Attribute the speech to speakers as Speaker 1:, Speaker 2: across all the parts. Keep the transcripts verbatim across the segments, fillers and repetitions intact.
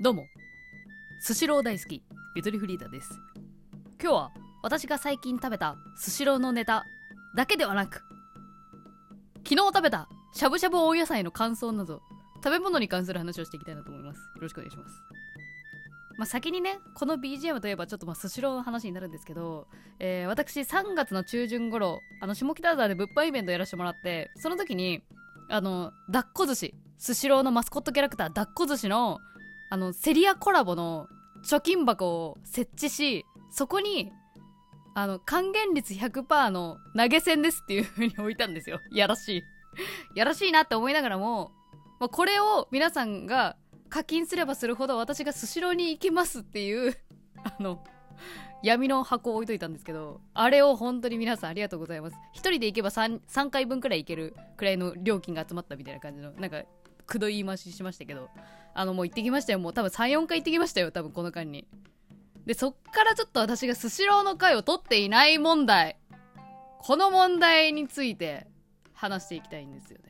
Speaker 1: どうも、スシロー大好きゆとりフリーダです。今日は私が最近食べたスシローのネタだけではなく、昨日食べたしゃぶしゃぶ温野菜の感想など食べ物に関する話をしていきたいなと思います。よろしくお願いします。まあ、先にね、この ビージーエム といえばちょっとまあスシローの話になるんですけど、えー、私さんがつの中旬頃、あの下北沢で物販イベントやらせてもらって、その時にあの抱っこ寿司、スシローのマスコットキャラクター抱っこ寿司のあのセリアコラボの貯金箱を設置し、そこにあの還元率 ひゃくパーセント の投げ銭ですっていう風に置いたんですよ。やらしいやらしいなって思いながらも、まあ、これを皆さんが課金すればするほど私がスシローに行きますっていうあの闇の箱を置いといたんですけど、あれを本当に皆さんありがとうございます。一人で行けば 3, さんかいぶんくらい行けるくらいの料金が集まったみたいな感じの、なんかくど言い回ししましたけど、あのもう行ってきましたよ。もう多分 さん,よん 回行ってきましたよ、多分この間に。でそっからちょっと私がスシローの回を取っていない問題、この問題について話していきたいんですよね。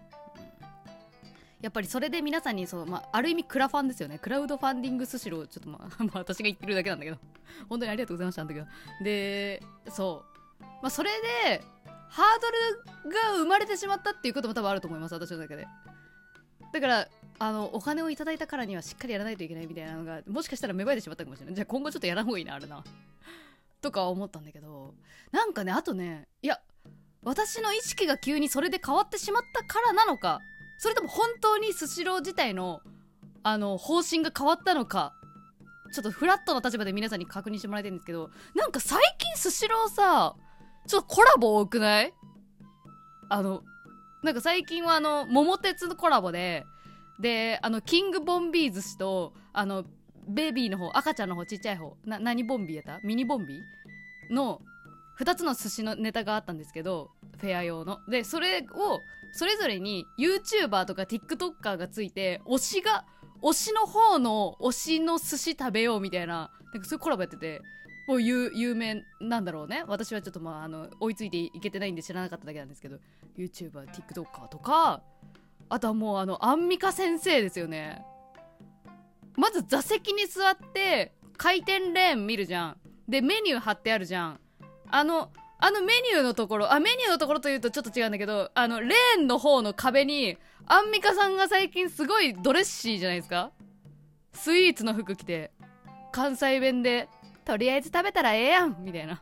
Speaker 1: やっぱりそれで皆さんにそう、まあ、ある意味クラファンですよね。クラウドファンディングスシロー、ちょっとまあ、まあ、私が言ってるだけなんだけど本当にありがとうございました。んだけどでそう、まあ、それでハードルが生まれてしまったっていうことも多分あると思います、私の中で。だからあのお金をいただいたからにはしっかりやらないといけないみたいなのがもしかしたら芽生えてしまったかもしれない。じゃあ今後ちょっとやらん方がいいな、あれなとか思ったんだけど、なんかね、あとね、いや私の意識が急にそれで変わってしまったからなのか、それとも本当にスシロー自体のあの方針が変わったのか、ちょっとフラットな立場で皆さんに確認してもらいたいんですけど、なんか最近スシローさ、ちょっとコラボ多くない？あのなんか最近はあの桃鉄のコラボでであのキングボンビー寿司とあのベビーの方、赤ちゃんの方、ちっちゃい方、な何ボンビーやったミニボンビーのふたつの寿司のネタがあったんですけど、フェア用ので、それをそれぞれに YouTuber とか TikToker がついて、推しが推しの方の推しの寿司食べようみたいな、なんかそういうコラボやってて、もう 有, 有名なんだろうね。私はちょっとまああの追いついていけてないんで知らなかっただけなんですけど、 YouTuber、TikToker とか、あとはもうあのアンミカ先生ですよね。まず座席に座って回転レーン見るじゃん。でメニュー貼ってあるじゃん。あのあのメニューのところ、あメニューのところというとちょっと違うんだけど、あのレーンの方の壁にアンミカさんが最近すごいドレッシーじゃないですか。スイーツの服着て関西弁でとりあえず食べたらええやんみたいな、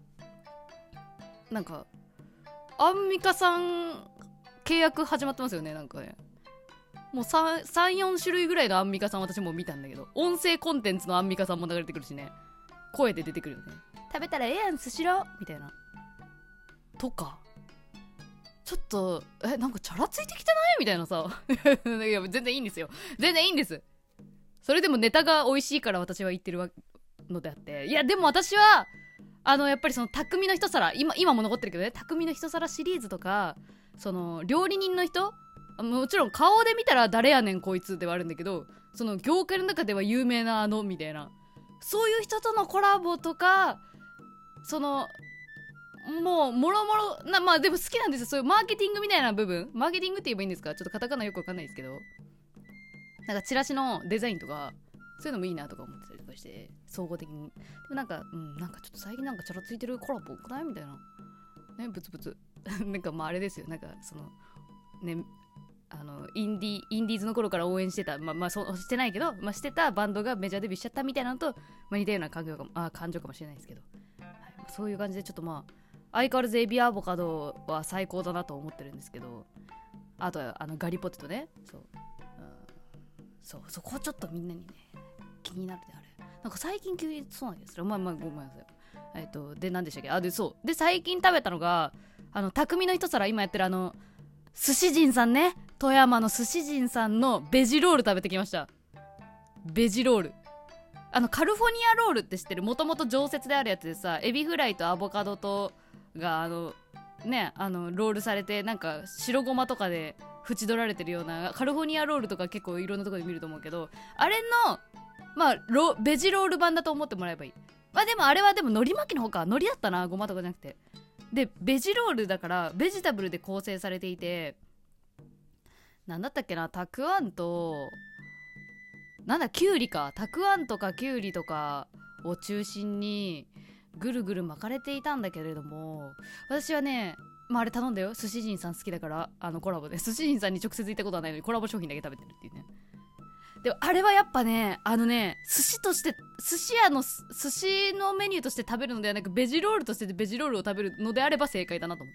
Speaker 1: なんかアンミカさん契約始まってますよね。なんかね、もう さん,よん 種類ぐらいのアンミカさん私も見たんだけど、音声コンテンツのアンミカさんも流れてくるしね、声で出てくるよね。食べたらええやんスシローみたいなとか、ちょっとえなんかチャラついてきてないみたいなさいや全然いいんですよ、全然いいんです。それでもネタが美味しいから私は言ってるのであって、いやでも私はあのやっぱりその匠の一皿、今今も残ってるけどね、匠の一皿シリーズとか、その料理人の人、もちろん顔で見たら誰やねんこいつではあるんだけど、その業界の中では有名なあのみたいな、そういう人とのコラボとか、そのもうもろもろな、まあでも好きなんですよ、そういうマーケティングみたいな部分。マーケティングって言えばいいんですか、ちょっとカタカナよくわかんないですけど、なんかチラシのデザインとかそういうのもいいなとか思ってたりとかして、総合的に。でもなんか、うん、なんかちょっと最近なんかチャラついてるコラボ多くないみたいなね、ブツブツなんかまああれですよ、なんかそのね、あのインディインディーズの頃から応援してた、まあまあそうしてないけど、まあしてたバンドがメジャーデビューしちゃったみたいなのと、まあ、似たような感情かも、あ感情かもしれないですけど、はい、そういう感じでちょっとまあ相変わらずエビアボカドは最高だなと思ってるんですけど、あとあのガリポテトね、そう、うん、そうそこちょっとみんなにね気になるであれ、なんか最近急にそうなんですよ。まあまあごめんなさい。えっとで何でしたっけ、あでそうで最近食べたのがあの匠の一皿、今やってるあの寿司人さんね、富山の寿司人さんのベジロール食べてきました。ベジロール、あのカリフォニアロールって知ってる？もともと常設であるやつでさ、エビフライとアボカドとがあのね、あのロールされて、なんか白ごまとかで縁取られてるようなカリフォニアロールとか結構いろんなところで見ると思うけど、あれのまあロベジロール版だと思ってもらえばいい。まあでもあれはでも海苔巻きの方か、海苔だったな、ごまとかじゃなくて。でベジロールだからベジタブルで構成されていて、なんだったっけな、たくあんとなんだ、キュウリか、たくあんとかキュウリとかを中心にぐるぐる巻かれていたんだけれども、私はね、まああれ頼んだよ。寿司人さん好きだから、あのコラボで寿司人さんに直接行ったことはないのにコラボ商品だけ食べてるっていうね。でもあれはやっぱね、あのね、寿司として寿司屋の寿司のメニューとして食べるのではなく、ベジロールとしてベジロールを食べるのであれば正解だなと思った。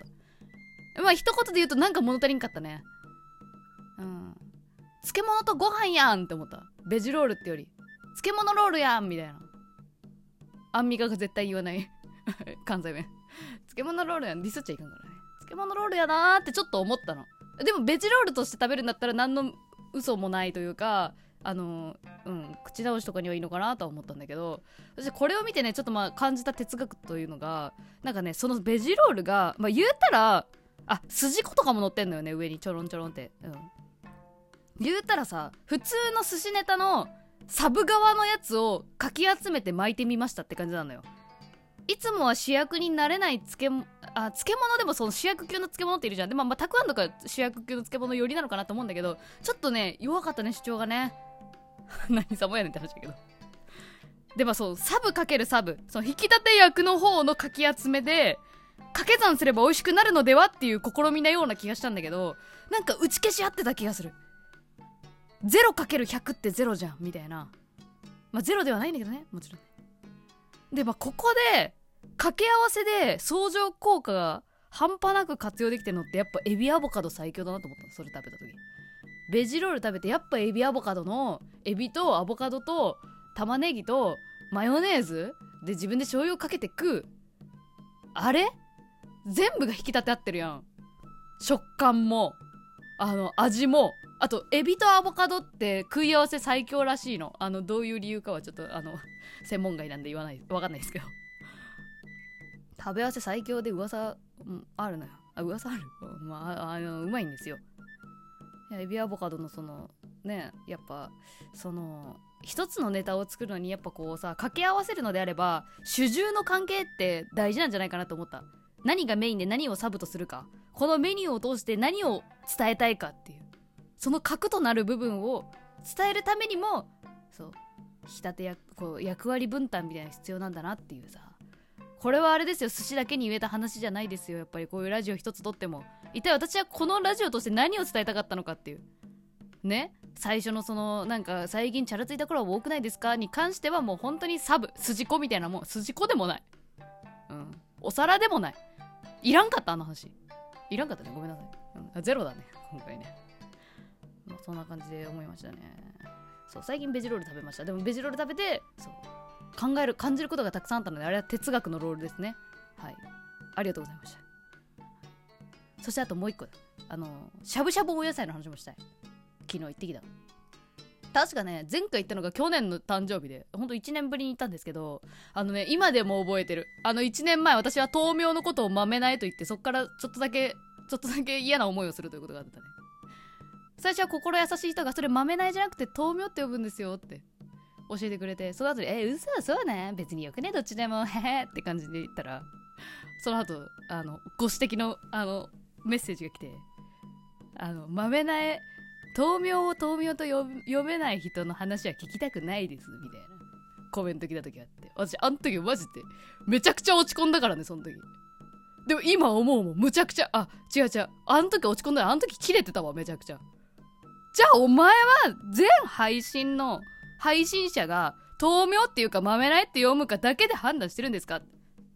Speaker 1: まあ一言で言うとなんか物足りんかったね。うん、漬物とご飯やんって思った。ベジロールってより漬物ロールやんみたいな。アンミカが絶対言わない関西弁。漬物ロールやん、ディスっちゃいかんからね。漬物ロールやなーってちょっと思ったの。でもベジロールとして食べるんだったら何の嘘もないというか、あのー、うん口直しとかにはいいのかなとは思ったんだけど、私これを見てねちょっとまあ感じた哲学というのが、なんかねそのベジロールがまあ言うたら、あ、筋子とかも乗ってんのよね、上にちょろんちょろんって。うん、言うたらさ、普通の寿司ネタのサブ側のやつをかき集めて巻いてみましたって感じなのよ。いつもは主役になれない漬物、あ、漬物でもその主役級の漬物っているじゃん。で、まあ、まあ、たくあんとか主役級の漬物よりなのかなと思うんだけど、ちょっとね弱かったね、主張がね。何様やねんって話だけど。で、まあそう、サブかけるサブ、その引き立て役の方のかき集めで掛け算すれば美味しくなるのではっていう試みなような気がしたんだけど、なんか打ち消し合ってた気がする。ゼロかけるひゃく ってゼロじゃんみたいな。まあゼロではないんだけどね、もちろんね。で、まあここで掛け合わせで相乗効果が半端なく活用できてるのって、やっぱエビアボカド最強だなと思ったの。それ食べた時、ベジロール食べてやっぱエビアボカドのエビとアボカドと玉ねぎとマヨネーズで自分で醤油をかけて食う、あれ全部が引き立て合ってるやん。食感もあの味も。あとエビとアボカドって食い合わせ最強らしいの。あのどういう理由かはちょっとあの専門外なんで言わない、わかんないですけど、食べ合わせ最強で噂、うん、あるのよ。あ、噂ある、まあ、あのうまいんですよ。いや、エビアボカドのそのね、やっぱその一つのネタを作るのにやっぱこうさ、掛け合わせるのであれば主従の関係って大事なんじゃないかなと思った。何がメインで何をサブとするか、このメニューを通して何を伝えたいかっていう、その核となる部分を伝えるためにも、そう引き立てやこう役割分担みたいな必要なんだなっていうさ。これはあれですよ、寿司だけに言えた話じゃないですよ。やっぱりこういうラジオ一つとっても、一体私はこのラジオとして何を伝えたかったのかっていうね。最初のそのなんか最近チャラついた頃は多くないですかに関してはもう本当にサブ、筋子みたいなもん。筋子でもない、うん、お皿でもない。いらんかった、あの話いらんかったね、ごめんなさい、うん、ゼロだね今回ね。まあ、そんな感じで思いましたね。そう、最近ベジロール食べました。でもベジロール食べてそう考える感じることがたくさんあったので、あれは哲学のロールですね。はい、ありがとうございました。そしてあともう一個だ、あのしゃぶしゃぶお野菜の話もしたい。昨日行ってきた。確かね、前回行ったのが去年の誕生日で、ほんといちねんぶりに行ったんですけど、あのね、今でも覚えてる。あのいちねんまえ、私は豆苗のことを豆苗と言って、そっからちょっとだけちょっとだけ嫌な思いをするということがあったね。最初は心優しい人が、それ豆苗じゃなくて豆苗って呼ぶんですよって教えてくれて、その後にえ嘘そうね、別によくねどっちでもへへって感じで言ったら、その後あのご指摘のあのメッセージが来て、あの豆苗豆苗を豆苗と読めない人の話は聞きたくないですみたいなコメント来た時あって、私あの時マジでめちゃくちゃ落ち込んだからね、その時。でも今思うもん、むちゃくちゃ、あ違う違う、あの時落ち込んだら、あの時キレてたわ、めちゃくちゃ。じゃあお前は全配信の配信者が豆苗っていうか豆苗って読むかだけで判断してるんですか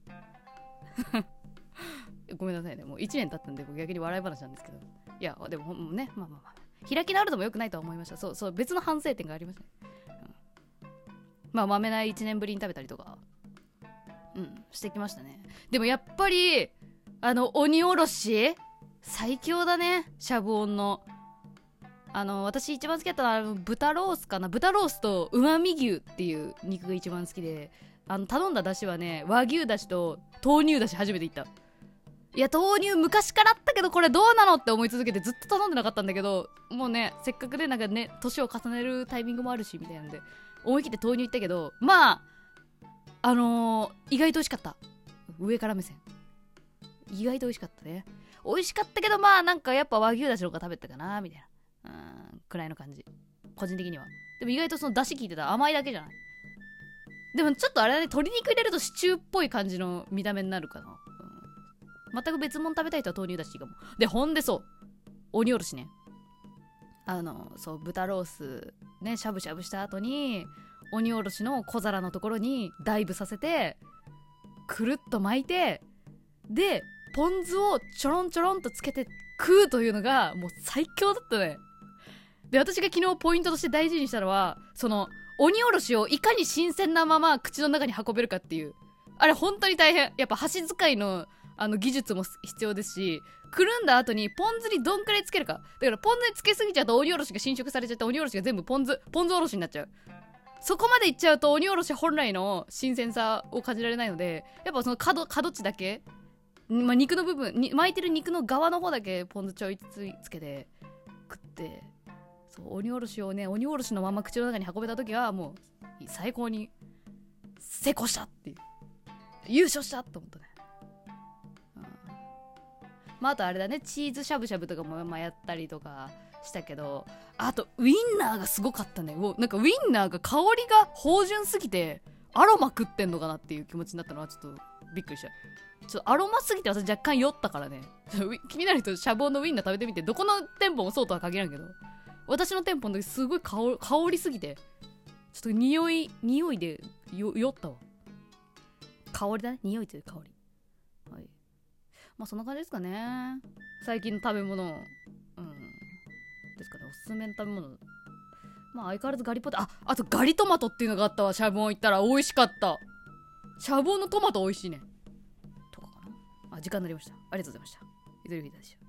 Speaker 1: ごめんなさいね、もういちねん経ったんで逆に笑い話なんですけど、いやでもね、まあまあまあ開き直るのも良くないとは思いました。そうそう、別の反省点がありましたね、うん、まあ豆苗いちねんぶりに食べたりとかうんしてきましたね。でもやっぱりあの鬼おろし最強だね、しゃぶ音の。あの私一番好きだったのはあの豚ロースかな。豚ロースとうまみ牛っていう肉が一番好きで、あの頼んだ出汁はね、和牛出汁と豆乳出汁初めていった。いや豆乳昔からあったけどこれどうなのって思い続けてずっと頼んでなかったんだけど、もうねせっかくでなんかね年を重ねるタイミングもあるしみたいなんで思い切って豆乳いったけど、まああのー、意外と美味しかった。上から目線意外と美味しかったね。美味しかったけど、まあなんかやっぱ和牛出汁の方が食べたかなみたいな、うんくらいの感じ。 個人的には。でも意外とその出汁効いてたら甘いだけじゃない。でもちょっとあれだね、鶏肉入れるとシチューっぽい感じの見た目になるかな、うん、全く別物食べたい人は豆乳だしいいかも。でほんでそう鬼おろしね、あのそう豚ロースねしゃぶしゃぶした後に鬼おろしの小皿のところにダイブさせてくるっと巻いて、でポン酢をちょろんちょろんとつけて食うというのがもう最強だったね。で私が昨日ポイントとして大事にしたのは、その鬼おろしをいかに新鮮なまま口の中に運べるかっていう、あれ本当に大変。やっぱ箸使いのあの技術も必要ですし、くるんだ後にポン酢にどんくらいつけるか。だからポン酢につけすぎちゃうと鬼おろしが侵食されちゃって鬼おろしが全部ポン酢ポン酢おろしになっちゃう。そこまでいっちゃうと鬼おろし本来の新鮮さを感じられないので、やっぱその角角地だけ、まあ、肉の部分に巻いてる肉の側の方だけポン酢ちょいつつけて食って、そう鬼おろしをね鬼おろしのまま口の中に運べた時はもう最高に成功したっていう、優勝したと思ったね、うん、まああとあれだね、チーズしゃぶしゃぶとかもまあやったりとかしたけど、あとウインナーがすごかったね。もうなんかウインナーが香りが芳醇すぎてアロマ食ってんのかなっていう気持ちになったのはちょっとびっくりした。ちょっとアロマすぎて私若干酔ったからね気になる人シャボンのウインナー食べてみて。どこの店舗もそうとは限らんけど、私の店舗の時すごい香り、香りすぎてちょっと匂い匂いでよ酔ったわ。香りだね、匂いという香り。はい、まあそんな感じですかね、最近の食べ物。うんですかね、おすすめの食べ物。まあ相変わらずガリポテ、あ、あとガリトマトっていうのがあったわ。シャボン行ったら美味しかった。シャボンのトマト美味しいね。とかかな。あ、時間になりました。ありがとうございました。ゆずるひだでした。